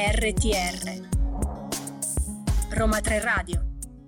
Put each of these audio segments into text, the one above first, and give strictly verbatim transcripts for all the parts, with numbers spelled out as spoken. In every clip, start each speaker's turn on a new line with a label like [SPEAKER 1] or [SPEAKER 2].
[SPEAKER 1] R T R Roma tre Radio.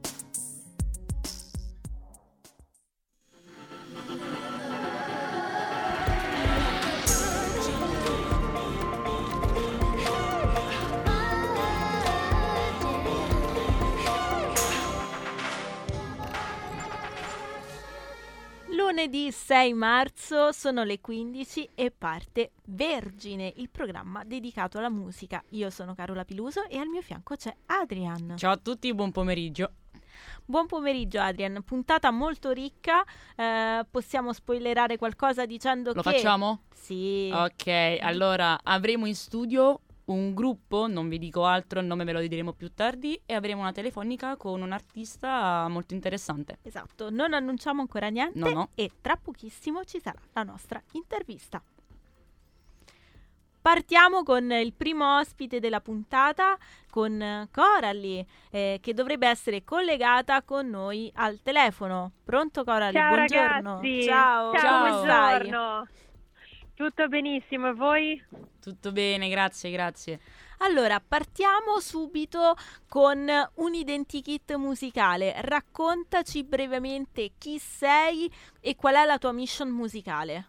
[SPEAKER 2] Lunedì sei marzo, sono le quindici e parte Vergine, il programma dedicato alla musica. Io sono Carola Piluso e al mio fianco c'è Adrian.
[SPEAKER 3] Ciao a tutti, buon pomeriggio.
[SPEAKER 2] Buon pomeriggio Adrian, puntata molto ricca, eh, possiamo spoilerare qualcosa dicendo
[SPEAKER 3] Lo
[SPEAKER 2] che...
[SPEAKER 3] Lo facciamo?
[SPEAKER 2] Sì.
[SPEAKER 3] Ok, allora avremo in studio un gruppo, non vi dico altro, il nome ve lo diremo più tardi, e avremo una telefonica con un artista molto interessante.
[SPEAKER 2] Esatto, non annunciamo ancora niente.
[SPEAKER 3] No, no.
[SPEAKER 2] E tra pochissimo ci sarà la nostra intervista. Partiamo con il primo ospite della puntata, con Coralie, eh, che dovrebbe essere collegata con noi al telefono. Pronto Coralie?
[SPEAKER 4] Ciao
[SPEAKER 2] Buongiorno.
[SPEAKER 4] ragazzi.
[SPEAKER 2] Ciao,
[SPEAKER 4] Ciao,
[SPEAKER 2] come stai?
[SPEAKER 4] buongiorno. Tutto benissimo, e voi?
[SPEAKER 3] Tutto bene, grazie, grazie.
[SPEAKER 2] Allora, partiamo subito con un identikit musicale. Raccontaci brevemente chi sei e qual è la tua mission musicale.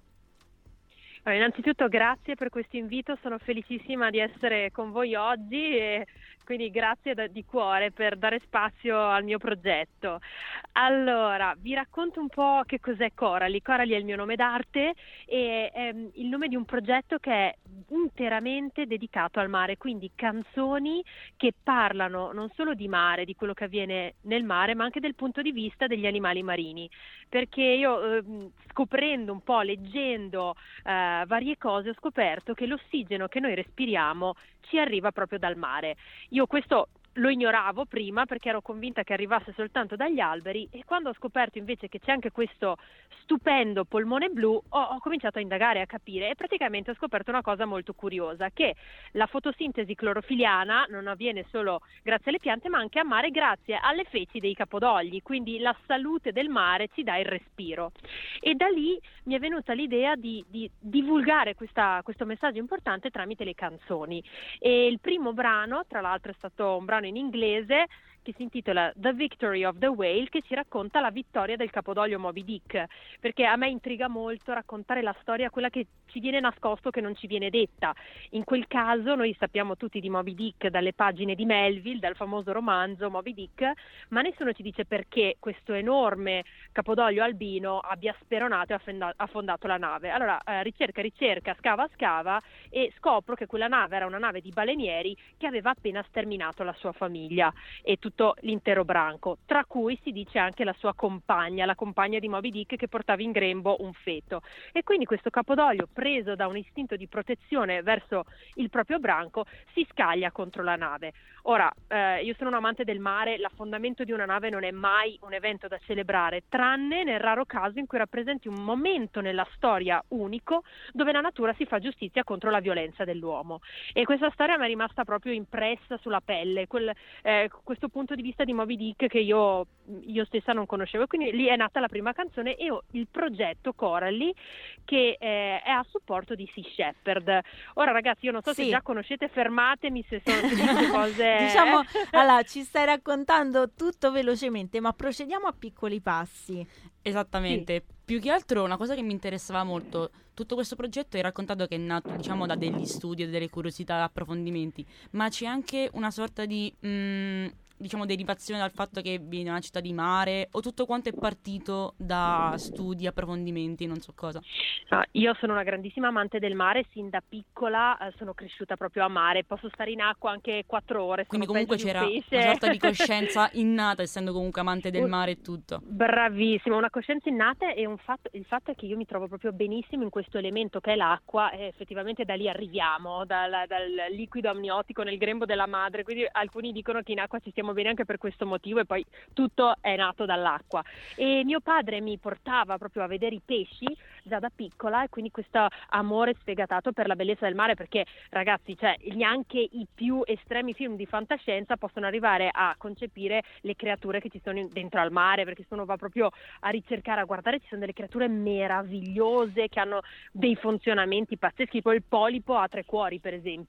[SPEAKER 4] Allora, innanzitutto grazie per questo invito, sono felicissima di essere con voi oggi e quindi grazie da, di cuore per dare spazio al mio progetto. Allora, vi racconto un po' che cos'è Coralie. Coralie è il mio nome d'arte e è il nome di un progetto che è interamente dedicato al mare, quindi canzoni che parlano non solo di mare, di quello che avviene nel mare, ma anche del punto di vista degli animali marini. Perché io eh, scoprendo un po', leggendo eh, varie cose, ho scoperto che l'ossigeno che noi respiriamo ci arriva proprio dal mare. Io questo lo ignoravo prima perché ero convinta che arrivasse soltanto dagli alberi, e quando ho scoperto invece che c'è anche questo stupendo polmone blu ho, ho cominciato a indagare, a capire, e praticamente ho scoperto una cosa molto curiosa, che la fotosintesi clorofiliana non avviene solo grazie alle piante ma anche a mare grazie alle feci dei capodogli, quindi la salute del mare ci dà il respiro. E da lì mi è venuta l'idea di, di divulgare questa, questo messaggio importante tramite le canzoni, e il primo brano tra l'altro è stato un brano in inglese che si intitola The Victory of the Whale, che ci racconta la vittoria del capodoglio Moby Dick, perché a me intriga molto raccontare la storia, quella che ci viene nascosto, che non ci viene detta. In quel caso noi sappiamo tutti di Moby Dick dalle pagine di Melville, dal famoso romanzo Moby Dick, ma nessuno ci dice perché questo enorme capodoglio albino abbia speronato e affondato la nave. Allora eh, ricerca, ricerca, scava, scava e scopro che quella nave era una nave di balenieri che aveva appena sterminato la sua famiglia e tutto l'intero branco, tra cui si dice anche la sua compagna, la compagna di Moby Dick, che portava in grembo un feto. E quindi questo capodoglio, preso da un istinto di protezione verso il proprio branco, si scaglia contro la nave. Ora, eh, io sono un amante del mare, l'affondamento di una nave non è mai un evento da celebrare, tranne nel raro caso in cui rappresenti un momento nella storia unico dove la natura si fa giustizia contro la violenza dell'uomo. E questa storia mi è rimasta proprio impressa sulla pelle, quel, eh, questo punto di vista di Moby Dick che io, io stessa non conoscevo. Quindi lì è nata la prima canzone e ho il progetto Coralie, che eh, è a supporto di Sea Shepherd. Ora ragazzi, io non so
[SPEAKER 2] Sì.
[SPEAKER 4] se già conoscete, fermatemi se sono se dico cose...
[SPEAKER 2] Diciamo, allora, ci stai raccontando tutto velocemente, ma procediamo a piccoli passi.
[SPEAKER 3] Esattamente, sì. Più che altro una cosa che mi interessava molto, tutto questo progetto è raccontato che è nato, diciamo, da degli studi, delle curiosità, approfondimenti, ma c'è anche una sorta di... Mh, diciamo derivazione dal fatto che viene da una città di mare, o tutto quanto è partito da studi, approfondimenti, non so cosa?
[SPEAKER 4] No, io sono una grandissima amante del mare, sin da piccola eh, sono cresciuta proprio a mare, posso stare in acqua anche quattro ore.
[SPEAKER 3] Quindi comunque c'era una sorta di coscienza innata, essendo comunque amante del mare e tutto.
[SPEAKER 4] Bravissima, una coscienza innata, e un fatto, il fatto è che io mi trovo proprio benissimo in questo elemento che è l'acqua, e effettivamente da lì arriviamo, dal, dal liquido amniotico nel grembo della madre, quindi alcuni dicono che in acqua ci stiamo bene anche per questo motivo, e poi tutto è nato dall'acqua. E mio padre mi portava proprio a vedere i pesci già da piccola, e quindi questo amore sfegatato per la bellezza del mare, perché ragazzi, cioè neanche i più estremi film di fantascienza possono arrivare a concepire le creature che ci sono dentro al mare, perché se uno va proprio a ricercare, a guardare, ci sono delle creature meravigliose che hanno dei funzionamenti pazzeschi. Poi il polipo ha tre cuori, per esempio.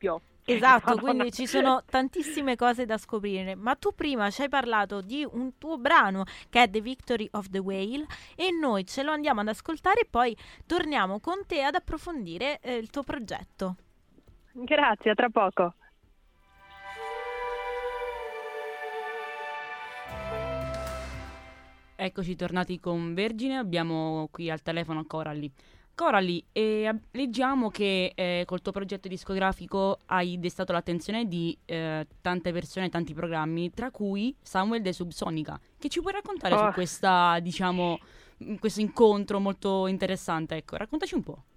[SPEAKER 2] Esatto,
[SPEAKER 4] Madonna.
[SPEAKER 2] quindi ci sono tantissime cose da scoprire, ma tu prima ci hai parlato di un tuo brano che è The Victory of the Whale e noi ce lo andiamo ad ascoltare e poi torniamo con te ad approfondire eh, il tuo progetto.
[SPEAKER 4] Grazie, a tra poco.
[SPEAKER 3] Eccoci tornati con Vergine, abbiamo qui al telefono Coralie. Coralie, eh, ab- leggiamo che eh, col tuo progetto discografico hai destato l'attenzione di eh, tante persone, tanti programmi, tra cui Samuel de Subsonica. Che ci puoi raccontare
[SPEAKER 4] Oh.
[SPEAKER 3] su questa, diciamo, mh, questo incontro molto interessante? Ecco, raccontaci un po'.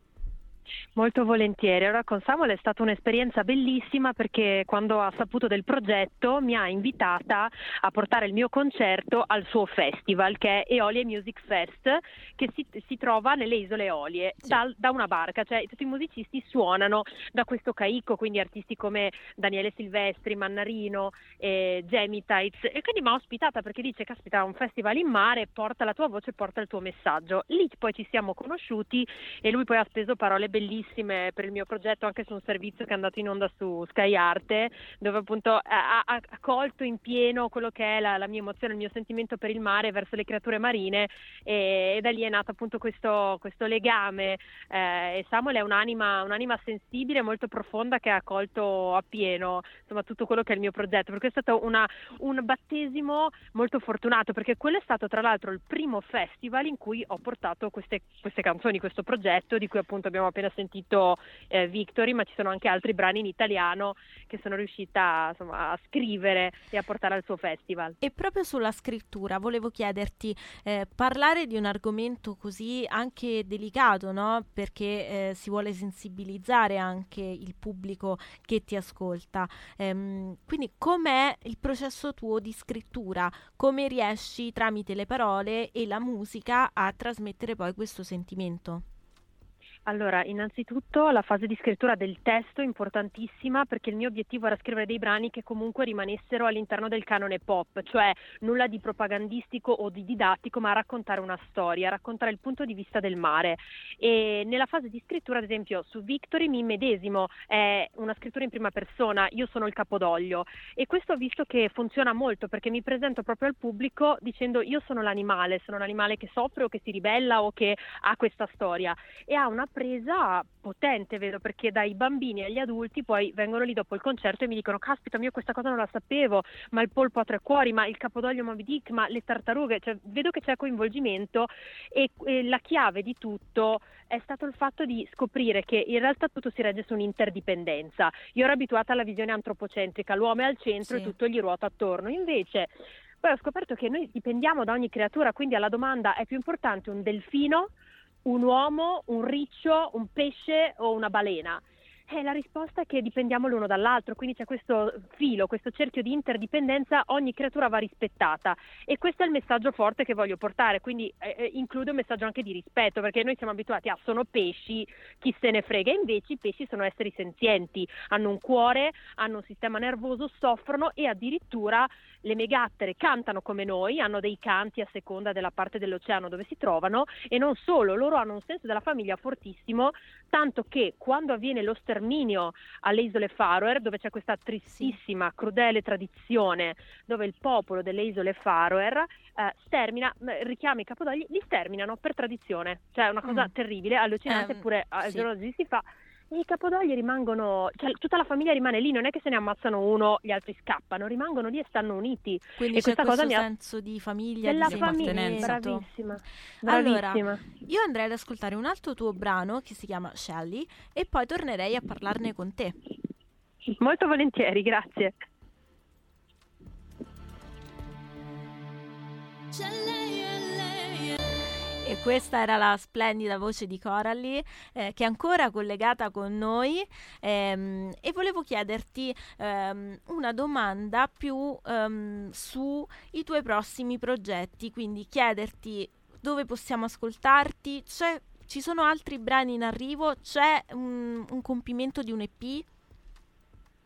[SPEAKER 4] Molto volentieri. Allora, con Samuel è stata un'esperienza bellissima perché quando ha saputo del progetto mi ha invitata a portare il mio concerto al suo festival che è Eolie Music Fest, che si, si trova nelle isole Eolie,
[SPEAKER 3] Sì.
[SPEAKER 4] dal- da una barca, cioè tutti i musicisti suonano da questo caicco, quindi artisti come Daniele Silvestri, Mannarino, eh, Gemitites, e quindi mi ha ospitata perché dice, caspita, un festival in mare, porta la tua voce, porta il tuo messaggio. Lì poi ci siamo conosciuti e lui poi ha speso parole bellissime per il mio progetto anche su un servizio che è andato in onda su Sky Arte, dove appunto ha, ha ha colto in pieno quello che è la, la mia emozione, il mio sentimento per il mare verso le creature marine, e, e da lì è nato appunto questo, questo legame, eh, e Samuel è un'anima, un'anima sensibile molto profonda che ha colto appieno insomma tutto quello che è il mio progetto, perché è stato una, un battesimo molto fortunato, perché quello è stato tra l'altro il primo festival in cui ho portato queste, queste canzoni, questo progetto di cui appunto abbiamo appena sentito eh, Victory, ma ci sono anche altri brani in italiano che sono riuscita insomma a scrivere e a portare al suo festival.
[SPEAKER 2] E proprio sulla scrittura volevo chiederti, eh, parlare di un argomento così anche delicato, no? Perché eh, si vuole sensibilizzare anche il pubblico che ti ascolta. Ehm, quindi com'è il processo tuo di scrittura? Come riesci tramite le parole e la musica a trasmettere poi questo sentimento?
[SPEAKER 4] Allora, innanzitutto la fase di scrittura del testo è importantissima, perché il mio obiettivo era scrivere dei brani che comunque rimanessero all'interno del canone pop, cioè nulla di propagandistico o di didattico, ma raccontare una storia, raccontare il punto di vista del mare. E nella fase di scrittura, ad esempio, su Victory mi immedesimo, è una scrittura in prima persona, io sono il capodoglio, e questo ho visto che funziona molto, perché mi presento proprio al pubblico dicendo io sono l'animale, sono l'animale che soffre o che si ribella o che ha questa storia, e ha una presa potente, vedo, perché dai bambini agli adulti poi vengono lì dopo il concerto e mi dicono caspita, io questa cosa non la sapevo, ma il polpo a tre cuori, ma il capodoglio Moby Dick, ma le tartarughe, cioè vedo che c'è coinvolgimento, e, e la chiave di tutto è stato il fatto di scoprire che in realtà tutto si regge su un'interdipendenza. Io ero abituata alla visione antropocentrica, l'uomo è al centro
[SPEAKER 2] Sì.
[SPEAKER 4] e tutto gli ruota attorno, invece poi ho scoperto che noi dipendiamo da ogni creatura, quindi alla domanda è più importante un delfino, un uomo, un riccio, un pesce o una balena? E la risposta è che dipendiamo l'uno dall'altro, quindi c'è questo filo, questo cerchio di interdipendenza, ogni creatura va rispettata, e questo è il messaggio forte che voglio portare, quindi eh, include un messaggio anche di rispetto, perché noi siamo abituati a sono pesci, chi se ne frega, invece i pesci sono esseri senzienti, hanno un cuore, hanno un sistema nervoso, soffrono, e addirittura le megattere cantano come noi, hanno dei canti a seconda della parte dell'oceano dove si trovano, e non solo, loro hanno un senso della famiglia fortissimo, tanto che quando avviene lo sterminio alle isole Faroe, dove c'è questa tristissima, crudele tradizione, dove il popolo delle isole Faroe eh, stermina, eh, richiama i capodogli, li sterminano per tradizione, cioè è una cosa
[SPEAKER 2] Mm.
[SPEAKER 4] terribile, allucinante,
[SPEAKER 2] Ehm,
[SPEAKER 4] eppure al
[SPEAKER 2] sì.
[SPEAKER 4] giorno d'oggi si fa. E i capodogli rimangono, cioè tutta la famiglia rimane lì, non è che se ne ammazzano uno, gli altri scappano, rimangono lì e stanno uniti.
[SPEAKER 2] Quindi
[SPEAKER 4] E
[SPEAKER 2] c'è
[SPEAKER 4] questa
[SPEAKER 2] questo
[SPEAKER 4] cosa mi ha-
[SPEAKER 2] senso di famiglia,
[SPEAKER 4] Della
[SPEAKER 2] di
[SPEAKER 4] famiglia,
[SPEAKER 2] appartenenza.
[SPEAKER 4] bravissima,
[SPEAKER 2] Allora,
[SPEAKER 4] bravissima.
[SPEAKER 2] io andrei ad ascoltare un altro tuo brano che si chiama Shelley e poi tornerei a parlarne con te.
[SPEAKER 4] Molto volentieri, grazie.
[SPEAKER 2] E questa era la splendida voce di Coralie, eh, che è ancora collegata con noi, ehm, e volevo chiederti ehm, una domanda più ehm, sui tuoi prossimi progetti, quindi chiederti dove possiamo ascoltarti, c'è, ci sono altri brani in arrivo, c'è un, un compimento di un E P?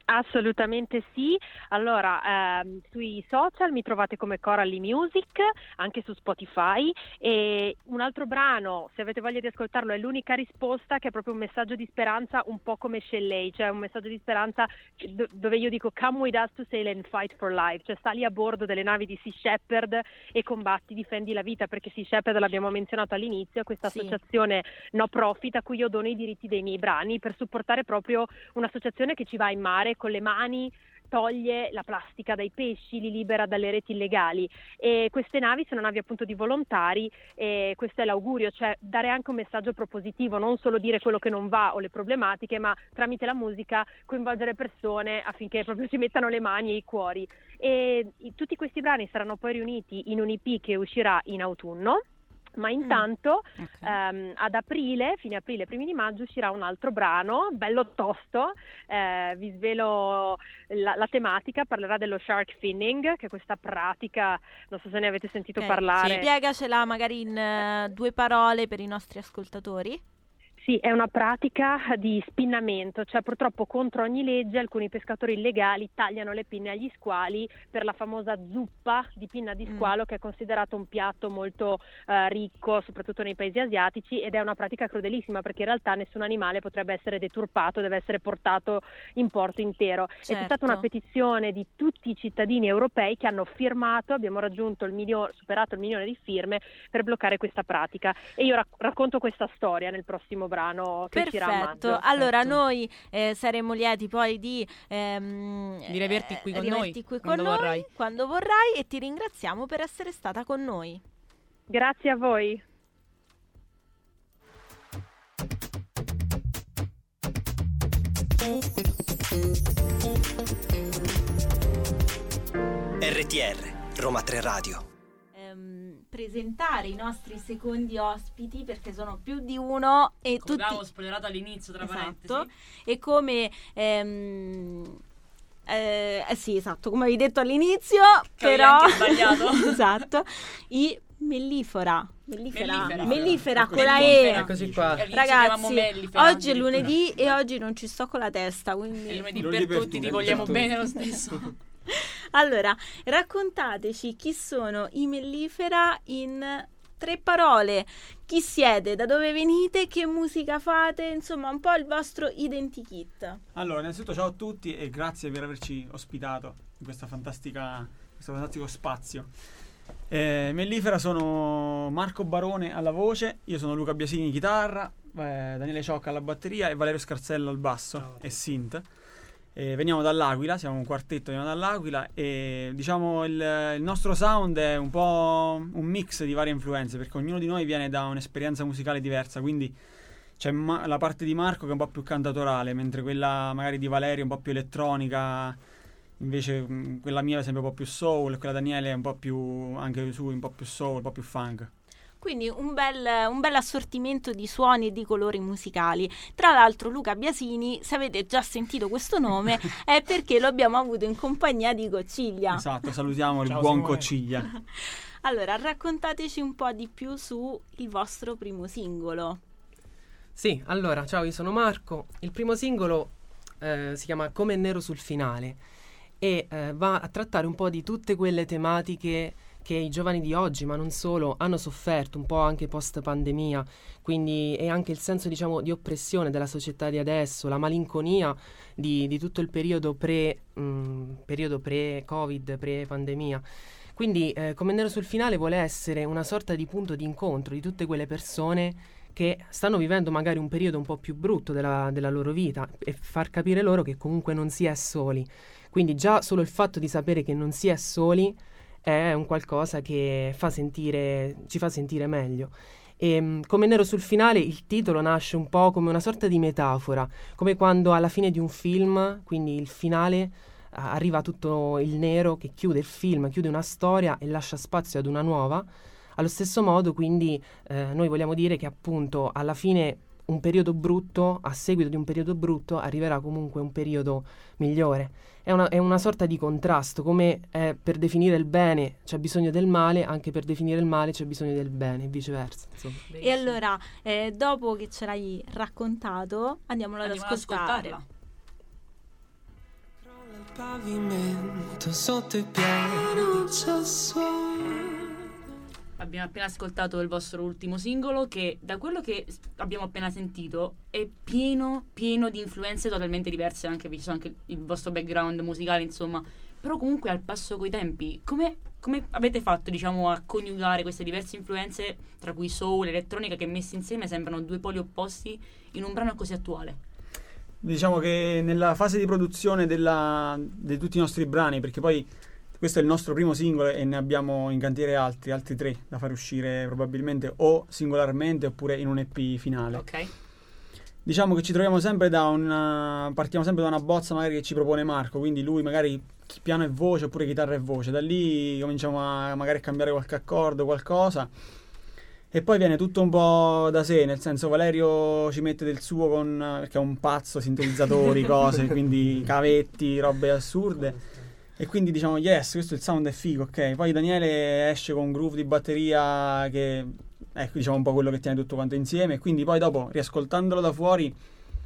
[SPEAKER 4] Assolutamente sì. Allora, ehm, sui social mi trovate come Coralie Music, anche su Spotify, e un altro brano, se avete voglia di ascoltarlo, è L'unica risposta, che è proprio un messaggio di speranza, un po' come Shelley, cioè un messaggio di speranza do- dove io dico come with us to sail and fight for life, cioè sali a bordo delle navi di Sea Shepherd e combatti, difendi la vita, perché Sea Shepherd l'abbiamo menzionato all'inizio, è questa
[SPEAKER 2] Sì.
[SPEAKER 4] associazione no profit a cui io dono i diritti dei miei brani per supportare proprio un'associazione che ci va in mare con le mani, toglie la plastica dai pesci, li libera dalle reti illegali, e queste navi sono navi appunto di volontari, e questo è l'augurio, cioè dare anche un messaggio propositivo, non solo dire quello che non va o le problematiche, ma tramite la musica coinvolgere persone affinché proprio si mettano le mani e i cuori. E i- tutti questi brani saranno poi riuniti in un E P che uscirà in autunno. Ma intanto
[SPEAKER 3] Ok.
[SPEAKER 4] ehm, ad aprile, fine aprile, primi di maggio, uscirà un altro brano, bello tosto, eh, vi svelo la, la tematica, parlerà dello shark finning, che è questa pratica, non so se ne avete sentito
[SPEAKER 2] Ok,
[SPEAKER 4] parlare.
[SPEAKER 2] Spiegacela magari in eh, due parole per i nostri ascoltatori.
[SPEAKER 4] Sì, è una pratica di spinnamento, cioè purtroppo contro ogni legge alcuni pescatori illegali tagliano le pinne agli squali per la famosa zuppa di pinna di
[SPEAKER 2] Mm.
[SPEAKER 4] squalo, che è considerato un piatto molto eh, ricco, soprattutto nei paesi asiatici, ed è una pratica crudelissima perché in realtà nessun animale potrebbe essere deturpato, deve essere portato in porto intero. E c'è stata una
[SPEAKER 2] Certo.
[SPEAKER 4] petizione di tutti i cittadini europei che hanno firmato, abbiamo raggiunto il milione, superato il milione di firme per bloccare questa pratica, e io rac- racconto questa storia nel prossimo brano che uscirà a
[SPEAKER 2] Perfetto,
[SPEAKER 4] maggio.
[SPEAKER 2] allora
[SPEAKER 3] Perfetto.
[SPEAKER 2] noi eh, saremo lieti poi di ehm,
[SPEAKER 3] Di riaverti qui con
[SPEAKER 2] riaverti
[SPEAKER 3] noi,
[SPEAKER 2] qui con
[SPEAKER 3] quando
[SPEAKER 2] noi,
[SPEAKER 3] vorrai.
[SPEAKER 2] quando vorrai, e ti ringraziamo per essere stata con noi.
[SPEAKER 4] Grazie a voi.
[SPEAKER 5] R T R, Roma tre Radio.
[SPEAKER 2] Ehm, presentare i nostri secondi ospiti, perché sono più di uno e
[SPEAKER 3] Come
[SPEAKER 2] tutti
[SPEAKER 3] avevamo spoilerato all'inizio, tra
[SPEAKER 2] esatto,
[SPEAKER 3] parentesi.
[SPEAKER 2] e come ehm, eh, eh, sì, esatto, come avevi detto all'inizio,
[SPEAKER 3] Che avevi
[SPEAKER 2] però
[SPEAKER 3] anche sbagliato.
[SPEAKER 2] esatto, i mellifera mellifera
[SPEAKER 3] Mellifera.
[SPEAKER 2] mellifera con la
[SPEAKER 3] Mellifera.
[SPEAKER 2] E.
[SPEAKER 6] Eccoci qua.
[SPEAKER 3] All'inizio chiamavamo
[SPEAKER 2] Ragazzi,
[SPEAKER 3] mellifera,
[SPEAKER 2] oggi è
[SPEAKER 3] addirittura.
[SPEAKER 2] lunedì e oggi non ci sto con la testa,
[SPEAKER 3] È
[SPEAKER 2] quindi
[SPEAKER 3] lunedì
[SPEAKER 6] Lunedì
[SPEAKER 3] per
[SPEAKER 6] per
[SPEAKER 3] tutti,
[SPEAKER 6] tutti,
[SPEAKER 3] ti vogliamo
[SPEAKER 6] per tutti.
[SPEAKER 3] bene lo stesso.
[SPEAKER 2] allora, raccontateci chi sono i mellifera in tre parole. Chi siete? Da dove venite? Che musica fate? Insomma, un po' il vostro identikit.
[SPEAKER 6] Allora, innanzitutto ciao a tutti e grazie per averci ospitato in questa fantastica, questo fantastico spazio. Eh, Mellifera sono Marco Barone alla voce, io sono Luca Biasini chitarra, eh, Daniele Ciocca alla batteria e Valerio Scarsello al basso e synth. Eh, veniamo dall'Aquila, siamo un quartetto, veniamo dall'Aquila e diciamo il, il nostro sound è un po' un mix di varie influenze, perché ognuno di noi viene da un'esperienza musicale diversa, quindi c'è ma- la parte di Marco che è un po' più cantatorale, mentre quella magari di Valerio è un po' più elettronica, invece mh, quella mia è sempre un po' più soul, e quella Daniele è un po' più, anche su, un po' più soul, un po' più funk.
[SPEAKER 2] Quindi un bel, un bel assortimento di suoni e di colori musicali. Tra l'altro Luca Biasini, se avete già sentito questo nome, è perché lo abbiamo avuto in compagnia di Cocciglia.
[SPEAKER 6] Esatto, salutiamo il
[SPEAKER 7] Ciao,
[SPEAKER 6] buon
[SPEAKER 7] Simone.
[SPEAKER 6] Cocciglia.
[SPEAKER 2] Allora, raccontateci un po' di più su il vostro primo singolo.
[SPEAKER 7] Sì, allora, ciao, io sono Marco. Il primo singolo eh, si chiama Come nero sul finale e eh, va a trattare un po' di tutte quelle tematiche che i giovani di oggi, ma non solo, hanno sofferto un po' anche post pandemia, quindi è anche il senso, diciamo, di oppressione della società di adesso, la malinconia di, di tutto il periodo pre mh, periodo pre-Covid, pre-pandemia. Quindi eh, Come nero sul finale vuole essere una sorta di punto di incontro di tutte quelle persone che stanno vivendo magari un periodo un po' più brutto della, della loro vita e far capire loro che comunque non si è soli. Quindi già solo il fatto di sapere che non si è soli è un qualcosa che fa sentire, ci fa sentire meglio. E Come nero sul finale il titolo nasce un po' come una sorta di metafora, come quando alla fine di un film, quindi il finale, arriva tutto il nero che chiude il film, chiude una storia e lascia spazio ad una nuova. Allo stesso modo, quindi, eh, noi vogliamo dire che appunto alla fine un periodo brutto, a seguito di un periodo brutto, arriverà comunque un periodo migliore. È una, è una sorta di contrasto, come eh, per definire il bene c'è bisogno del male, anche per definire il male c'è bisogno del bene, e viceversa. Insomma.
[SPEAKER 2] E allora, eh, dopo che ce l'hai raccontato, andiamolo ad
[SPEAKER 3] Andiamo ad
[SPEAKER 2] ascoltare.
[SPEAKER 3] ascoltarla.
[SPEAKER 8] Pavimento sotto i piedi non c'è sole.
[SPEAKER 3] Abbiamo appena ascoltato il vostro ultimo singolo che, da quello che abbiamo appena sentito, è pieno, pieno di influenze totalmente diverse, anche visto anche il vostro background musicale, insomma. Però comunque al passo coi tempi, come, come avete fatto, diciamo, a coniugare queste diverse influenze, tra cui soul e elettronica, che messe insieme sembrano due poli opposti in un brano così attuale?
[SPEAKER 6] Diciamo che nella fase di produzione della, di tutti i nostri brani, perché poi questo è il nostro primo singolo e ne abbiamo in cantiere altri, altri tre da far uscire probabilmente o singolarmente oppure in un E P finale.
[SPEAKER 3] Ok.
[SPEAKER 6] Diciamo che ci troviamo sempre da una... partiamo sempre da una bozza magari che ci propone Marco, quindi lui magari piano e voce oppure chitarra e voce, da lì cominciamo a magari a cambiare qualche accordo, qualcosa, e poi viene tutto un po' da sé, nel senso Valerio ci mette del suo con... perché è un pazzo, sintetizzatori, cose, quindi cavetti, robe assurde. E quindi diciamo yes, questo il sound è figo, ok. Poi Daniele esce con un groove di batteria che è ecco, diciamo un po' quello che tiene tutto quanto insieme. E quindi poi dopo, riascoltandolo da fuori,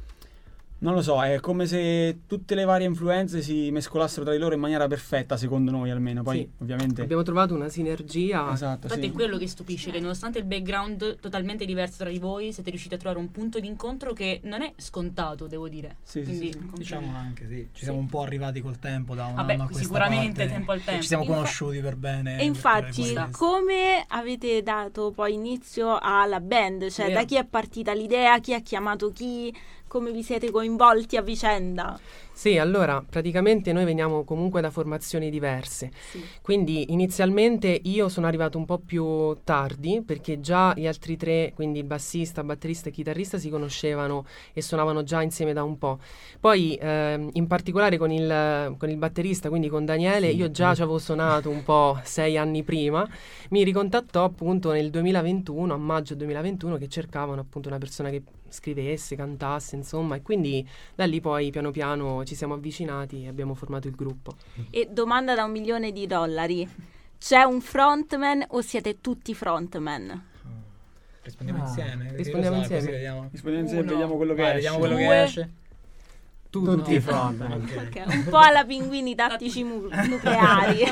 [SPEAKER 6] non lo so, è come se tutte le varie influenze si mescolassero tra di loro in maniera perfetta, secondo noi almeno. Poi
[SPEAKER 7] sì,
[SPEAKER 6] ovviamente
[SPEAKER 7] abbiamo trovato una sinergia.
[SPEAKER 6] Esatto,
[SPEAKER 3] Infatti
[SPEAKER 6] sì.
[SPEAKER 3] è quello che stupisce, che nonostante il background totalmente diverso tra di voi, siete riusciti a trovare un punto di incontro che non è scontato, devo dire.
[SPEAKER 6] Sì,
[SPEAKER 3] Quindi,
[SPEAKER 6] sì, sì.
[SPEAKER 9] Diciamo anche, sì. Ci
[SPEAKER 3] sì.
[SPEAKER 9] siamo un po' arrivati col tempo da un
[SPEAKER 3] Vabbè,
[SPEAKER 9] anno a questa
[SPEAKER 3] sicuramente
[SPEAKER 9] parte,
[SPEAKER 3] tempo al tempo.
[SPEAKER 9] ci siamo
[SPEAKER 2] Infa-
[SPEAKER 9] conosciuti per bene.
[SPEAKER 2] E infatti,
[SPEAKER 9] per
[SPEAKER 2] come avete dato poi inizio alla band? Cioè,
[SPEAKER 3] Vero.
[SPEAKER 2] da chi è partita l'idea, chi ha chiamato chi, come vi siete coinvolti a vicenda?
[SPEAKER 7] Sì, allora, praticamente noi veniamo comunque da formazioni diverse.
[SPEAKER 2] Sì.
[SPEAKER 7] Quindi inizialmente io sono arrivato un po' più tardi, perché già gli altri tre, quindi il bassista, batterista e chitarrista, si conoscevano e suonavano già insieme da un po'. Poi ehm, in particolare con il, con il batterista, quindi con Daniele,
[SPEAKER 9] Sì,
[SPEAKER 7] io già
[SPEAKER 9] sì.
[SPEAKER 7] ci avevo suonato un po' sei anni prima. Mi ricontattò appunto nel duemilaventuno, a maggio duemilaventuno, che cercavano appunto una persona che scrivesse, cantasse, insomma, e quindi da lì poi piano piano ci siamo avvicinati e abbiamo formato il gruppo.
[SPEAKER 2] E domanda da un milione di dollari: c'è un frontman o siete tutti frontman?
[SPEAKER 9] Rispondiamo
[SPEAKER 7] Ah,
[SPEAKER 9] insieme. che
[SPEAKER 7] rispondiamo
[SPEAKER 9] lo so,
[SPEAKER 7] insieme.
[SPEAKER 9] Così vediamo.
[SPEAKER 6] Rispondiamo insieme e
[SPEAKER 9] Uno.
[SPEAKER 6] vediamo quello che
[SPEAKER 9] Vai,
[SPEAKER 6] esce.
[SPEAKER 9] vediamo quello
[SPEAKER 2] Due.
[SPEAKER 9] che esce.
[SPEAKER 6] Tutti i
[SPEAKER 9] front.
[SPEAKER 6] front.
[SPEAKER 9] Ok.
[SPEAKER 2] Ok, un po' alla pinguini tattici mu- nucleari,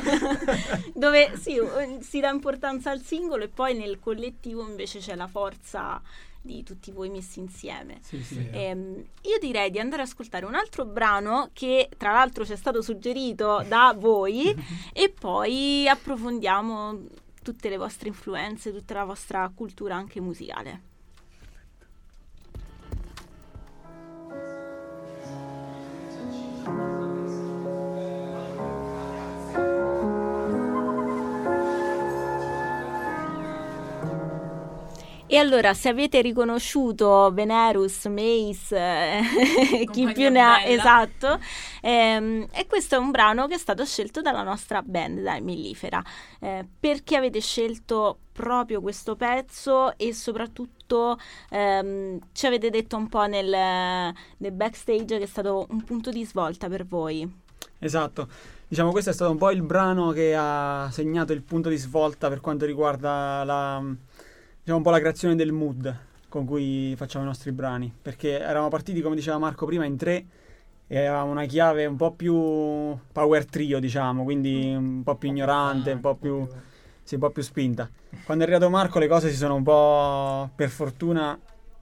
[SPEAKER 2] dove sì, eh, si dà importanza al singolo e poi nel collettivo invece c'è la forza di tutti voi messi insieme.
[SPEAKER 6] Sì, sì.
[SPEAKER 2] Ehm, io direi di andare ad ascoltare un altro brano che tra l'altro ci è stato suggerito da voi e poi approfondiamo tutte le vostre influenze, tutta la vostra cultura anche musicale. E allora, se avete riconosciuto Venerus, Mace, eh, chi
[SPEAKER 3] Compagnia
[SPEAKER 2] più ne ha,
[SPEAKER 3] bella.
[SPEAKER 2] esatto, ehm, e questo è un brano che è stato scelto dalla nostra band, dai, Mellifera. Eh, perché avete scelto proprio questo pezzo e soprattutto ehm, ci avete detto un po' nel, nel backstage che è stato un punto di svolta per voi?
[SPEAKER 6] Esatto, diciamo questo è stato un po' il brano che ha segnato il punto di svolta per quanto riguarda la, diciamo un po' la creazione del mood con cui facciamo i nostri brani, perché eravamo partiti, come diceva Marco prima, in tre e avevamo una chiave un po' più power trio, diciamo, quindi un po' più ignorante, un po' più, sì, un po' più spinta. Quando è arrivato Marco le cose si sono un po', per fortuna,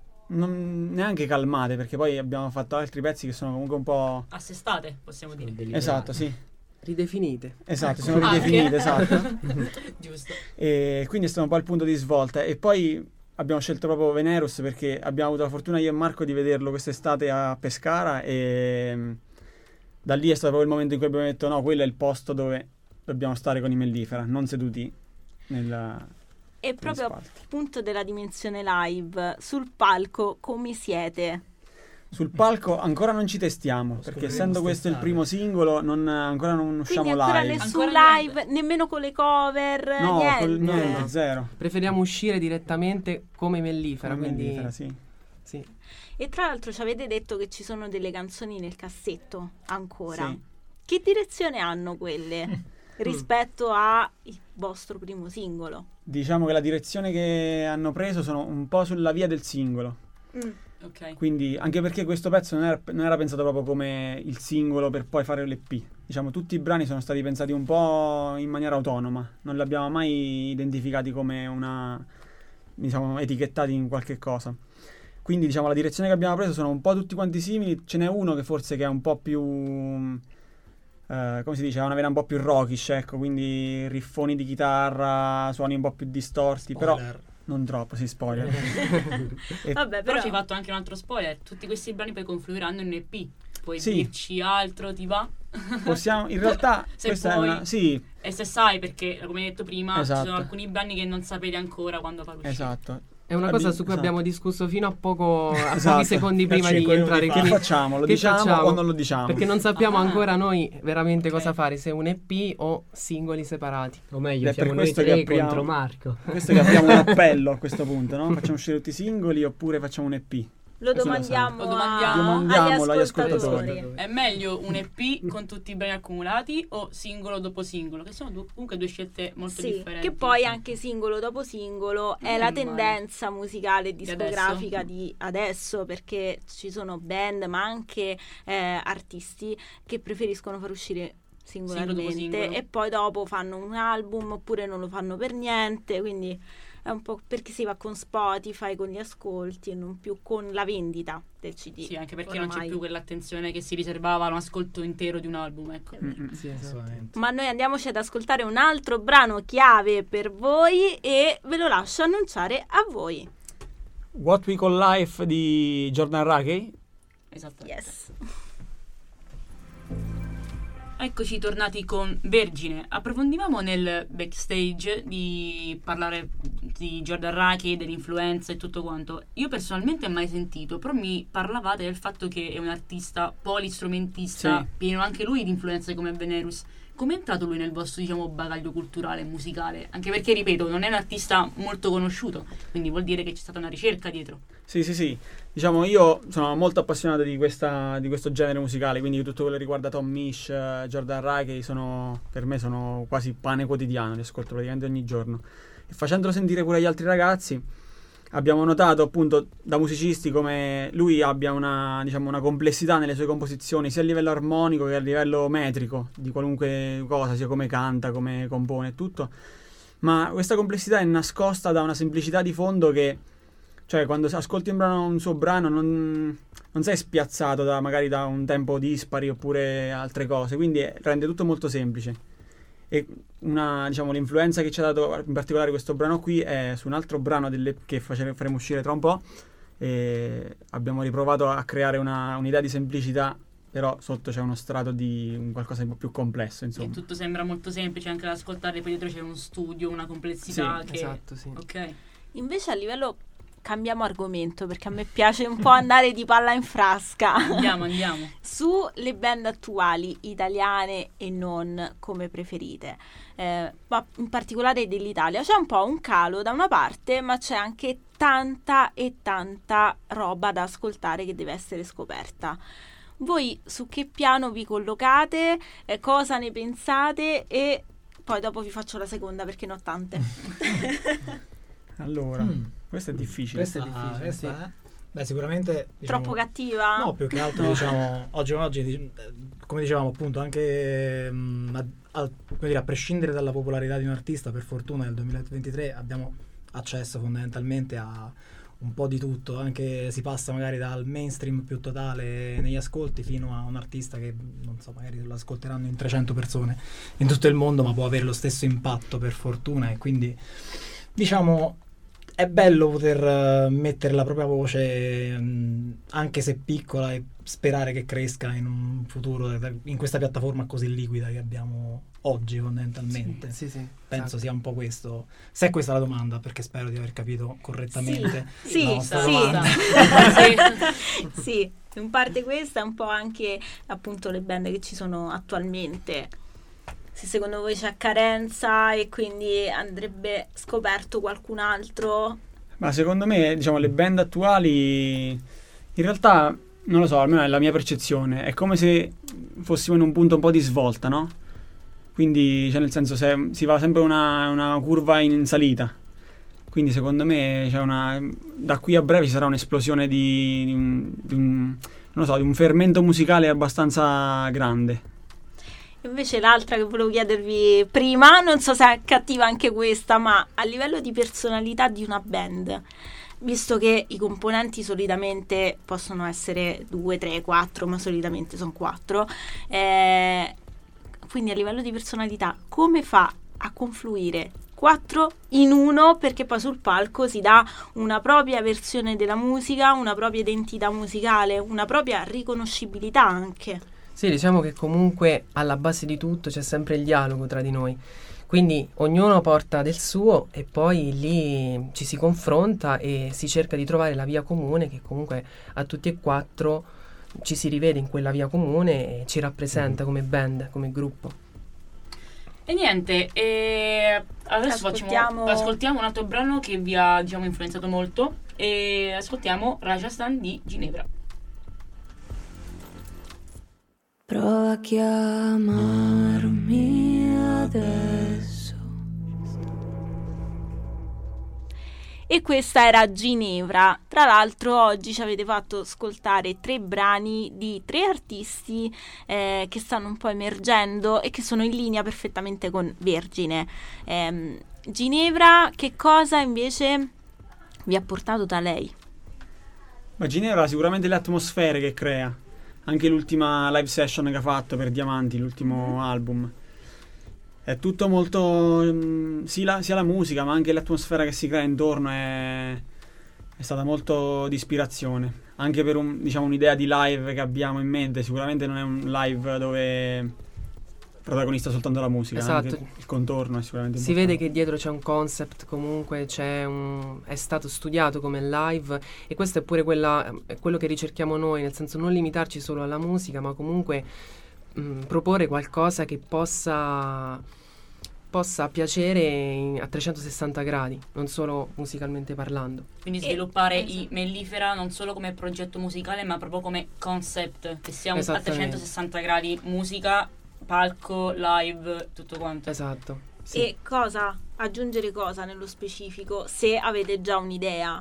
[SPEAKER 6] non neanche calmate, perché poi abbiamo fatto altri pezzi che sono comunque un po'...
[SPEAKER 3] Assestate, possiamo dire.
[SPEAKER 6] Esatto, sì.
[SPEAKER 7] Ridefinite.
[SPEAKER 6] Esatto,
[SPEAKER 3] Ecco,
[SPEAKER 6] sono
[SPEAKER 3] anche.
[SPEAKER 6] ridefinite, esatto.
[SPEAKER 3] Giusto.
[SPEAKER 6] E quindi è stato un po' il punto di svolta. E poi abbiamo scelto proprio Venerus perché abbiamo avuto la fortuna io e Marco di vederlo quest'estate a Pescara e mm, da lì è stato proprio il momento in cui abbiamo detto no, quello è il posto dove dobbiamo stare con i Mellifera, non seduti nella...
[SPEAKER 2] E proprio
[SPEAKER 6] spalti.
[SPEAKER 2] appunto della dimensione live, sul palco come siete?
[SPEAKER 6] Sul palco ancora non ci testiamo, perché
[SPEAKER 9] scopriremo
[SPEAKER 6] essendo questo il
[SPEAKER 9] quest'estate.
[SPEAKER 6] primo singolo non, ancora non usciamo
[SPEAKER 2] Quindi ancora
[SPEAKER 6] live.
[SPEAKER 2] nessun
[SPEAKER 3] Ancora
[SPEAKER 2] live, nemmeno con le cover,
[SPEAKER 6] No,
[SPEAKER 2] niente.
[SPEAKER 6] col- niente, zero.
[SPEAKER 7] Preferiamo uscire direttamente come Mellifera,
[SPEAKER 6] Come
[SPEAKER 7] quindi
[SPEAKER 6] Mellifera, sì.
[SPEAKER 7] sì.
[SPEAKER 2] E tra l'altro ci avete detto che ci sono delle canzoni nel cassetto ancora.
[SPEAKER 6] Sì.
[SPEAKER 2] Che direzione hanno quelle rispetto al vostro primo singolo?
[SPEAKER 6] Diciamo che la direzione che hanno preso sono un po' sulla via del singolo.
[SPEAKER 2] Mm.
[SPEAKER 3] Ok.
[SPEAKER 6] Quindi, anche perché questo pezzo non era, non era pensato proprio come il singolo per poi fare l'E P. diciamo, tutti i brani sono stati pensati un po' in maniera autonoma, non li abbiamo mai identificati come una, diciamo, etichettati in qualche cosa. Quindi, diciamo, la direzione che abbiamo preso sono un po' tutti quanti simili. Ce n'è uno che forse che è un po' più, eh, come si dice, ha una vena un po' più rockish, ecco, quindi riffoni di chitarra, suoni un po' più distorti,
[SPEAKER 9] Spoiler.
[SPEAKER 6] però non troppo, sì, spoiler. E-
[SPEAKER 2] Vabbè,
[SPEAKER 3] Però
[SPEAKER 2] però
[SPEAKER 3] ci hai fatto anche un altro spoiler. Tutti questi brani poi confluiranno in un E P. Puoi
[SPEAKER 6] Sì.
[SPEAKER 3] dirci altro, ti va?
[SPEAKER 6] possiamo, in realtà,
[SPEAKER 3] Se
[SPEAKER 6] questa
[SPEAKER 3] puoi.
[SPEAKER 6] è una, sì,
[SPEAKER 3] E se sai, perché come hai detto prima,
[SPEAKER 6] Esatto.
[SPEAKER 3] ci sono alcuni brani che non sapete ancora quando farò uscire.
[SPEAKER 6] esatto.
[SPEAKER 7] È una cosa
[SPEAKER 6] Abbi-
[SPEAKER 7] su cui
[SPEAKER 6] esatto.
[SPEAKER 7] abbiamo discusso fino a poco, a
[SPEAKER 6] Esatto.
[SPEAKER 7] pochi secondi prima
[SPEAKER 9] Tra
[SPEAKER 7] di
[SPEAKER 9] cinque minuti
[SPEAKER 7] entrare
[SPEAKER 9] fa.
[SPEAKER 6] Che
[SPEAKER 7] qui.
[SPEAKER 6] facciamo? Lo
[SPEAKER 7] Che
[SPEAKER 6] diciamo
[SPEAKER 7] facciamo?
[SPEAKER 6] o non lo diciamo?
[SPEAKER 7] Perché non sappiamo
[SPEAKER 3] Ah.
[SPEAKER 7] ancora noi veramente
[SPEAKER 3] Ok.
[SPEAKER 7] cosa fare, se un E P o singoli separati.
[SPEAKER 10] O meglio,
[SPEAKER 6] È per
[SPEAKER 10] siamo noi
[SPEAKER 6] questo che
[SPEAKER 10] tre
[SPEAKER 6] apriamo-
[SPEAKER 10] contro Marco.
[SPEAKER 6] Questo che abbiamo un appello a questo punto, no? Facciamo uscire tutti i singoli oppure facciamo un E P?
[SPEAKER 2] lo
[SPEAKER 6] Questo lo
[SPEAKER 2] domandiamo,
[SPEAKER 3] Lo
[SPEAKER 2] a-
[SPEAKER 3] domandiamo.
[SPEAKER 6] Domandiamolo agli
[SPEAKER 2] agli ascoltatori.
[SPEAKER 6] ascoltatori.
[SPEAKER 3] È meglio un E P con tutti i brani accumulati o singolo dopo singolo? Che sono due- comunque due scelte molto
[SPEAKER 2] Sì,
[SPEAKER 3] differenti.
[SPEAKER 2] che poi anche singolo dopo singolo è
[SPEAKER 3] Non
[SPEAKER 2] la
[SPEAKER 3] è male.
[SPEAKER 2] tendenza musicale e
[SPEAKER 3] Di
[SPEAKER 2] discografica
[SPEAKER 3] adesso.
[SPEAKER 2] di adesso, perché ci sono band ma anche eh, artisti che preferiscono far uscire singolarmente
[SPEAKER 3] singolo.
[SPEAKER 2] e poi dopo fanno un album oppure non lo fanno per niente, quindi è un po' perché si va con Spotify, con gli ascolti e non più con la vendita del C D.
[SPEAKER 3] Sì, anche perché non c'è
[SPEAKER 2] Ormai.
[SPEAKER 3] più quell'attenzione che si riservava a un ascolto intero di un album, ecco.
[SPEAKER 6] Mm-mm.
[SPEAKER 7] Sì, esatto.
[SPEAKER 9] Assolutamente.
[SPEAKER 2] Ma noi andiamoci ad ascoltare un altro brano chiave per voi e ve lo lascio annunciare a voi.
[SPEAKER 6] What We Call Life di Jordan Rakey.
[SPEAKER 3] Esatto.
[SPEAKER 2] Yes.
[SPEAKER 3] Eccoci tornati con Vergine. Approfondivamo nel backstage di parlare di Jordan Rakey, dell'influenza e tutto quanto. Io personalmente mai sentito, però mi parlavate del fatto che è un artista polistrumentista,
[SPEAKER 6] Sì.
[SPEAKER 3] pieno anche lui di influenze come Venerus. Come è entrato lui nel vostro, diciamo, bagaglio culturale e musicale? Anche perché, ripeto, non è un artista molto conosciuto, quindi vuol dire che c'è stata una ricerca dietro.
[SPEAKER 6] Sì, sì, sì. Diciamo, io sono molto appassionato di, questa, di questo genere musicale, quindi tutto quello che riguarda Tom Misch, eh, Jordan Rakey, sono, per me sono quasi pane quotidiano, li ascolto praticamente ogni giorno. E facendolo sentire pure agli altri ragazzi, abbiamo notato appunto da musicisti come lui abbia una, diciamo, una complessità nelle sue composizioni, sia a livello armonico che a livello metrico, di qualunque cosa, sia come canta, come compone e tutto. Ma questa complessità è nascosta da una semplicità di fondo che, cioè, quando ascolti un, brano, un suo brano non, non sei spiazzato da magari da un tempo dispari oppure altre cose, quindi eh, rende tutto molto semplice. E una, diciamo, l'influenza che ci ha dato in particolare questo brano qui è su un altro brano delle, che face- faremo uscire tra un po', e abbiamo riprovato a creare una, un'idea di semplicità, però sotto c'è uno strato di un qualcosa di un po' più complesso,
[SPEAKER 3] E
[SPEAKER 6] insomma.
[SPEAKER 3] tutto sembra molto semplice anche da ascoltare, poi dietro c'è uno studio, una complessità
[SPEAKER 6] Sì,
[SPEAKER 3] che...
[SPEAKER 7] Esatto, sì.
[SPEAKER 3] Ok.
[SPEAKER 2] Invece a livello cambiamo argomento perché a me piace un po' andare di palla in frasca.
[SPEAKER 3] Andiamo, andiamo.
[SPEAKER 2] Sulle band attuali, italiane e non, come preferite, eh, ma in particolare dell'Italia, c'è un po' un calo da una parte, ma c'è anche tanta e tanta roba da ascoltare che deve essere scoperta. Voi su che piano vi collocate, eh, cosa ne pensate e poi dopo vi faccio la seconda perché ne ho tante.
[SPEAKER 6] Allora,
[SPEAKER 9] Mm.
[SPEAKER 6] questo è difficile.
[SPEAKER 7] Questo è
[SPEAKER 9] Ah,
[SPEAKER 7] difficile,
[SPEAKER 9] questa
[SPEAKER 7] sì.
[SPEAKER 9] è- Beh, sicuramente diciamo,
[SPEAKER 2] Troppo cattiva?
[SPEAKER 9] No, più che altro diciamo oggi come oggi, dic- eh, come dicevamo appunto, anche mm, a, a- come dire, a prescindere dalla popolarità di un artista, per fortuna nel duemilaventitré abbiamo accesso fondamentalmente a un po' di tutto, anche si passa magari dal mainstream più totale negli ascolti fino a un artista che non so, magari lo ascolteranno in trecento persone in tutto il mondo, ma può avere lo stesso impatto per fortuna, e quindi diciamo è bello poter uh, mettere la propria voce, mh, anche se piccola, e sperare che cresca in un futuro in questa piattaforma così liquida che abbiamo oggi fondamentalmente.
[SPEAKER 7] Sì, sì,
[SPEAKER 9] Penso
[SPEAKER 7] esatto.
[SPEAKER 9] sia un po' questo. Se è questa la domanda, perché spero di aver capito correttamente
[SPEAKER 2] Sì,
[SPEAKER 9] la
[SPEAKER 2] sì,
[SPEAKER 9] vostra
[SPEAKER 2] sì.
[SPEAKER 9] domanda.
[SPEAKER 2] Sì, sì, in parte questa è un po' anche appunto le band che ci sono attualmente. Se secondo voi c'è carenza e quindi andrebbe scoperto qualcun altro.
[SPEAKER 6] Ma secondo me, diciamo, le band attuali in realtà, non lo so, almeno è la mia percezione, è come se fossimo in un punto un po' di svolta, no? Quindi, cioè, nel senso, se si va sempre una, una curva in, in salita. Quindi secondo me c'è una, da qui a breve ci sarà un'esplosione di, di, un, di un, non lo so, di un fermento musicale abbastanza grande.
[SPEAKER 2] Invece l'altra che volevo chiedervi prima, non so se è cattiva anche questa, ma a livello di personalità di una band, visto che i componenti solitamente possono essere due, tre, quattro, ma solitamente sono quattro, eh, quindi a livello di personalità come fa a confluire quattro in uno, perché poi sul palco si dà una propria versione della musica, una propria identità musicale, una propria riconoscibilità anche?
[SPEAKER 7] Sì, diciamo che comunque alla base di tutto c'è sempre il dialogo tra di noi, quindi ognuno porta del suo e poi lì ci si confronta e si cerca di trovare la via comune che comunque a tutti e quattro ci si rivede in quella via comune e ci rappresenta come band, come gruppo.
[SPEAKER 3] E niente, e adesso
[SPEAKER 2] Ascoltiamo-
[SPEAKER 3] facciamo, ascoltiamo un altro brano che vi ha, diciamo, influenzato molto, e ascoltiamo Rajasthan di Ginevra.
[SPEAKER 8] Prova a chiamarmi adesso.
[SPEAKER 2] E questa era Ginevra. Tra l'altro oggi ci avete fatto ascoltare tre brani di tre artisti eh, che stanno un po' emergendo e che sono in linea perfettamente con Vergine. Ehm, Ginevra, che cosa invece vi ha portato da lei?
[SPEAKER 6] Ma Ginevra sicuramente le atmosfere che crea, anche l'ultima live session che ha fatto per Diamanti, l'ultimo album. È tutto molto mh, sì, la, sia la musica ma anche l'atmosfera che si crea intorno è, è stata molto di ispirazione, anche per un, diciamo, un'idea di live che abbiamo in mente. Sicuramente non è un live dove protagonista soltanto la musica,
[SPEAKER 7] Esatto.
[SPEAKER 6] anche il contorno è sicuramente
[SPEAKER 7] Si
[SPEAKER 6] importante.
[SPEAKER 7] vede che dietro c'è un concept, comunque c'è un, è stato studiato come live e questo è pure quella, è quello che ricerchiamo noi, nel senso non limitarci solo alla musica ma comunque mh, proporre qualcosa che possa, possa piacere in- a trecentosessanta gradi, non solo musicalmente parlando.
[SPEAKER 3] Quindi
[SPEAKER 2] E-
[SPEAKER 3] sviluppare
[SPEAKER 2] esatto.
[SPEAKER 3] i Mellifera non solo come progetto musicale ma proprio come concept, che sia un- a
[SPEAKER 7] Esattamente.
[SPEAKER 3] trecentosessanta gradi, musica, palco, live, tutto quanto.
[SPEAKER 7] Esatto. Sì.
[SPEAKER 2] E cosa? Aggiungere cosa nello specifico, se avete già un'idea?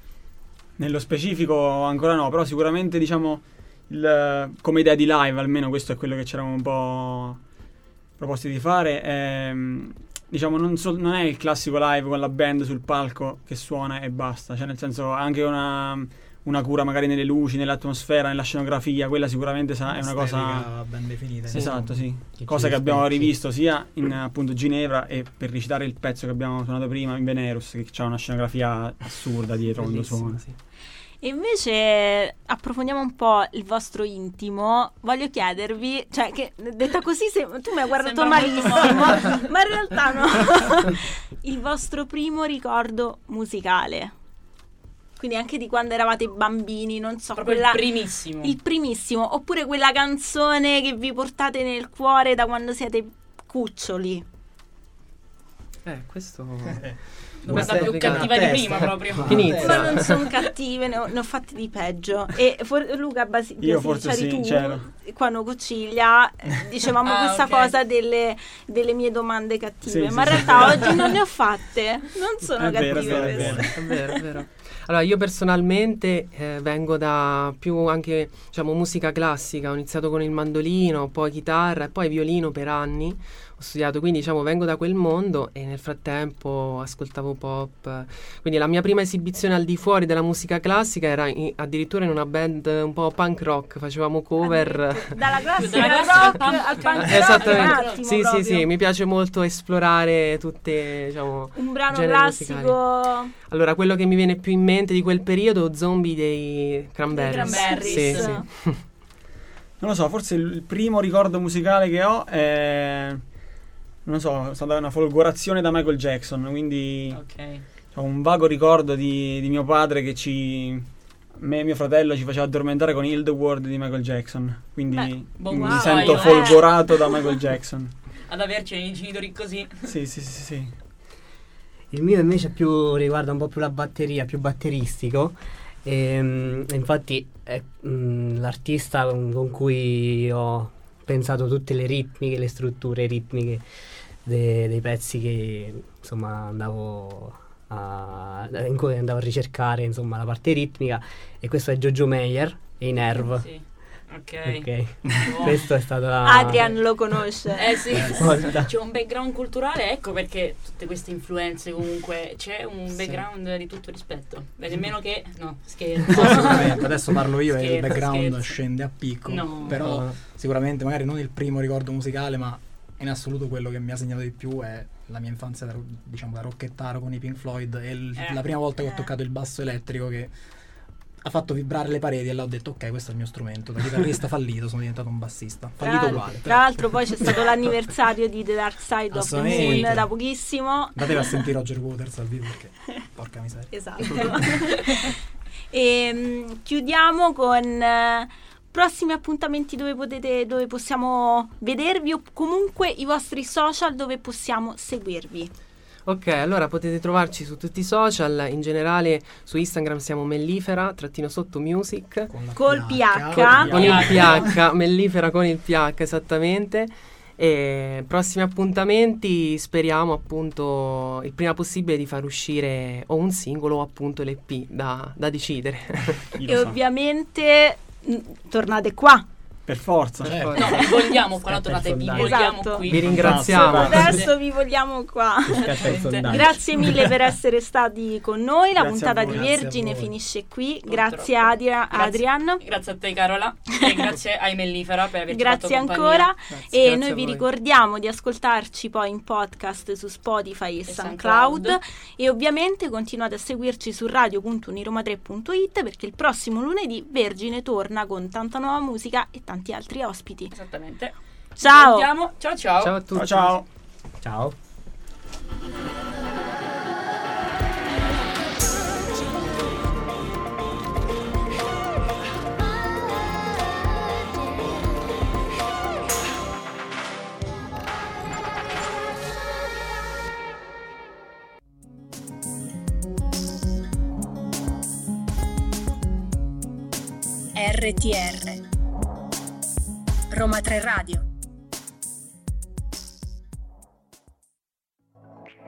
[SPEAKER 6] Nello specifico ancora no, però sicuramente diciamo il, come idea di live, almeno questo è quello che ci eravamo un po' proposti di fare, ehm, diciamo non, so- non è il classico live con la band sul palco che suona e basta, cioè nel senso anche una, una cura magari nelle luci, nell'atmosfera, nella scenografia, quella sicuramente sa- è una cosa...
[SPEAKER 9] Estetica ben definita.
[SPEAKER 7] Sì.
[SPEAKER 6] Esatto, sì.
[SPEAKER 9] Che
[SPEAKER 6] Cosa
[SPEAKER 9] ci
[SPEAKER 6] che abbiamo
[SPEAKER 9] rispecchi.
[SPEAKER 6] rivisto sia in appunto Ginevra e per recitare il pezzo che abbiamo suonato prima in Venerus, che c'ha una scenografia assurda dietro quando
[SPEAKER 7] Bellissimo,
[SPEAKER 6] suona.
[SPEAKER 7] sì.
[SPEAKER 2] E invece approfondiamo un po' il vostro intimo. Voglio chiedervi, cioè che detta così se, tu mi hai guardato
[SPEAKER 3] Sembra molto
[SPEAKER 2] malissimo,
[SPEAKER 3] male.
[SPEAKER 2] ma in realtà no. Il vostro primo ricordo musicale. Quindi anche di quando eravate bambini, non so,
[SPEAKER 3] Proprio
[SPEAKER 2] quella,
[SPEAKER 3] il primissimo.
[SPEAKER 2] il primissimo, oppure quella canzone che vi portate nel cuore da quando siete cuccioli.
[SPEAKER 7] Eh, questo...
[SPEAKER 3] Domanda più
[SPEAKER 7] Questa è
[SPEAKER 3] cattiva di
[SPEAKER 9] testa.
[SPEAKER 3] prima proprio.
[SPEAKER 7] Inizia.
[SPEAKER 2] Ma non sono cattive, ne ho, ne ho fatte di peggio. E for- Luca Basi-
[SPEAKER 6] Io
[SPEAKER 2] Biasi-
[SPEAKER 6] forse
[SPEAKER 2] c'eri
[SPEAKER 6] sì,
[SPEAKER 2] tu,
[SPEAKER 6] c'ero.
[SPEAKER 2] quando Cociglia eh, dicevamo
[SPEAKER 3] Ah,
[SPEAKER 2] questa
[SPEAKER 3] ok.
[SPEAKER 2] cosa delle, delle mie domande cattive,
[SPEAKER 6] Sì,
[SPEAKER 2] ma
[SPEAKER 6] sì,
[SPEAKER 2] in
[SPEAKER 6] sì.
[SPEAKER 2] realtà oggi non ne ho fatte. Non sono
[SPEAKER 6] È vero,
[SPEAKER 2] cattive
[SPEAKER 6] è vero, è
[SPEAKER 2] queste.
[SPEAKER 6] vero.
[SPEAKER 7] È vero, è vero. Allora, io personalmente eh, vengo da più anche, diciamo, musica classica. Ho iniziato con il mandolino, poi chitarra e poi violino per anni. Ho studiato, quindi diciamo vengo da quel mondo e nel frattempo ascoltavo pop. Quindi la mia prima esibizione al di fuori della musica classica era in- addirittura in una band un po' punk rock, facevamo cover.
[SPEAKER 2] Dalla classica
[SPEAKER 3] Dalla
[SPEAKER 2] al
[SPEAKER 3] classica
[SPEAKER 2] rock
[SPEAKER 3] al punk.
[SPEAKER 2] al punk rock, un
[SPEAKER 7] Esattamente.
[SPEAKER 2] attimo
[SPEAKER 7] Sì, sì,
[SPEAKER 2] proprio.
[SPEAKER 7] sì, mi piace molto esplorare tutte, diciamo,
[SPEAKER 2] Un brano
[SPEAKER 7] generi
[SPEAKER 2] classico
[SPEAKER 7] musicali. Allora, quello che mi viene più in mente di quel periodo, Zombie dei Cranberries.
[SPEAKER 2] Dei Cranberries.
[SPEAKER 7] Sì, sì.
[SPEAKER 6] Non lo so, forse il primo ricordo musicale che ho è, non lo so, è stata una folgorazione da Michael Jackson, quindi
[SPEAKER 3] Ok.
[SPEAKER 6] ho un vago ricordo di, di mio padre che ci, me e mio fratello ci faceva addormentare con Heal the World di Michael Jackson, quindi
[SPEAKER 2] Beh,
[SPEAKER 3] buon
[SPEAKER 6] mi
[SPEAKER 2] wow,
[SPEAKER 6] sento
[SPEAKER 2] eh.
[SPEAKER 6] folgorato da Michael Jackson.
[SPEAKER 3] Ad averci i genitori così.
[SPEAKER 6] Sì, sì, sì, sì.
[SPEAKER 10] Il mio invece più riguarda un po' più la batteria, più batteristico. E, infatti è mm, l'artista con, con cui ho pensato tutte le ritmiche, le strutture ritmiche de- dei pezzi che insomma andavo a, in cui andavo a ricercare insomma la parte ritmica, e questo è Jojo Meyer e i Nerve.
[SPEAKER 3] Sì. Ok.
[SPEAKER 10] Ok.
[SPEAKER 3] Oh.
[SPEAKER 10] Questo è stato la...
[SPEAKER 2] Adrian lo conosce.
[SPEAKER 3] Eh sì,
[SPEAKER 10] Volta.
[SPEAKER 3] c'è un background culturale, ecco perché tutte queste influenze comunque c'è un
[SPEAKER 10] Sì.
[SPEAKER 3] background di tutto rispetto. E nemmeno che no, scherzo.
[SPEAKER 9] Assolutamente, adesso parlo io e il
[SPEAKER 3] Scherzo,
[SPEAKER 9] background
[SPEAKER 3] scherzo.
[SPEAKER 9] scende a picco.
[SPEAKER 3] No.
[SPEAKER 9] Però
[SPEAKER 10] No.
[SPEAKER 9] sicuramente magari non il primo ricordo musicale, ma in assoluto quello che mi ha segnato di più è la mia infanzia da, diciamo, da rockettaro con i Pink Floyd e il-
[SPEAKER 3] Eh.
[SPEAKER 9] la prima volta che ho
[SPEAKER 2] Eh.
[SPEAKER 9] toccato il basso elettrico che ha fatto vibrare le pareti e là ho detto ok, questo è il mio strumento. Da chitarrista fallito sono diventato un bassista.
[SPEAKER 2] Tra,
[SPEAKER 9] Fallito uguale.
[SPEAKER 2] tra l'altro poi c'è stato l'anniversario di The Dark Side of the
[SPEAKER 9] Assolutamente.
[SPEAKER 2] Moon da pochissimo.
[SPEAKER 9] Andatevi a sentire Roger Waters al vivo perché porca miseria.
[SPEAKER 2] Esatto. E mh, chiudiamo con eh, prossimi appuntamenti dove potete, dove possiamo vedervi, o comunque i vostri social dove possiamo seguirvi.
[SPEAKER 7] Ok, allora potete trovarci su tutti i social, in generale su Instagram siamo mellifera, trattino sotto music,
[SPEAKER 9] Con la
[SPEAKER 2] Col
[SPEAKER 9] P
[SPEAKER 2] P
[SPEAKER 9] H.
[SPEAKER 2] H.
[SPEAKER 7] con il P H, mellifera con il P H esattamente. E prossimi appuntamenti speriamo appunto il prima possibile di far uscire o un singolo o appunto l'E P da, da decidere.
[SPEAKER 6] Chi lo
[SPEAKER 2] E
[SPEAKER 6] sa.
[SPEAKER 2] ovviamente mh, tornate qua.
[SPEAKER 6] Per forza.
[SPEAKER 9] Certo.
[SPEAKER 3] No, vi vogliamo qua,
[SPEAKER 10] Scatta
[SPEAKER 3] no,
[SPEAKER 10] il
[SPEAKER 3] tornate, vi
[SPEAKER 10] sondaggio.
[SPEAKER 3] vogliamo
[SPEAKER 2] Esatto.
[SPEAKER 3] qui.
[SPEAKER 7] Vi ringraziamo.
[SPEAKER 2] Adesso vi vogliamo qua.
[SPEAKER 10] Scatta il sondaggio.
[SPEAKER 2] Grazie mille per essere stati con noi. La
[SPEAKER 6] Grazie
[SPEAKER 2] puntata
[SPEAKER 6] a
[SPEAKER 2] di
[SPEAKER 6] voi.
[SPEAKER 9] Grazie a
[SPEAKER 2] Vergine
[SPEAKER 9] voi.
[SPEAKER 2] finisce qui.
[SPEAKER 3] Purtroppo.
[SPEAKER 2] Grazie a Adria-
[SPEAKER 3] Grazie.
[SPEAKER 2] Adrian.
[SPEAKER 3] Grazie a te Carola e grazie ai Mellifera per averci
[SPEAKER 2] Grazie
[SPEAKER 3] fatto
[SPEAKER 2] ancora.
[SPEAKER 3] compagnia.
[SPEAKER 2] E
[SPEAKER 7] Grazie
[SPEAKER 2] noi
[SPEAKER 7] a
[SPEAKER 2] vi
[SPEAKER 7] voi.
[SPEAKER 2] ricordiamo di ascoltarci poi in podcast su Spotify e,
[SPEAKER 3] E
[SPEAKER 2] SoundCloud.
[SPEAKER 3] SoundCloud.
[SPEAKER 2] E ovviamente continuate a seguirci su radio punto uniroma tre punto it perché il prossimo lunedì Vergine torna con tanta nuova musica e tanti altri ospiti.
[SPEAKER 3] Esattamente.
[SPEAKER 2] Ciao.
[SPEAKER 3] Andiamo. Ciao ciao.
[SPEAKER 7] Ciao a tutti.
[SPEAKER 6] Ciao ciao.
[SPEAKER 10] Ciao.
[SPEAKER 1] R T R Roma tre Radio.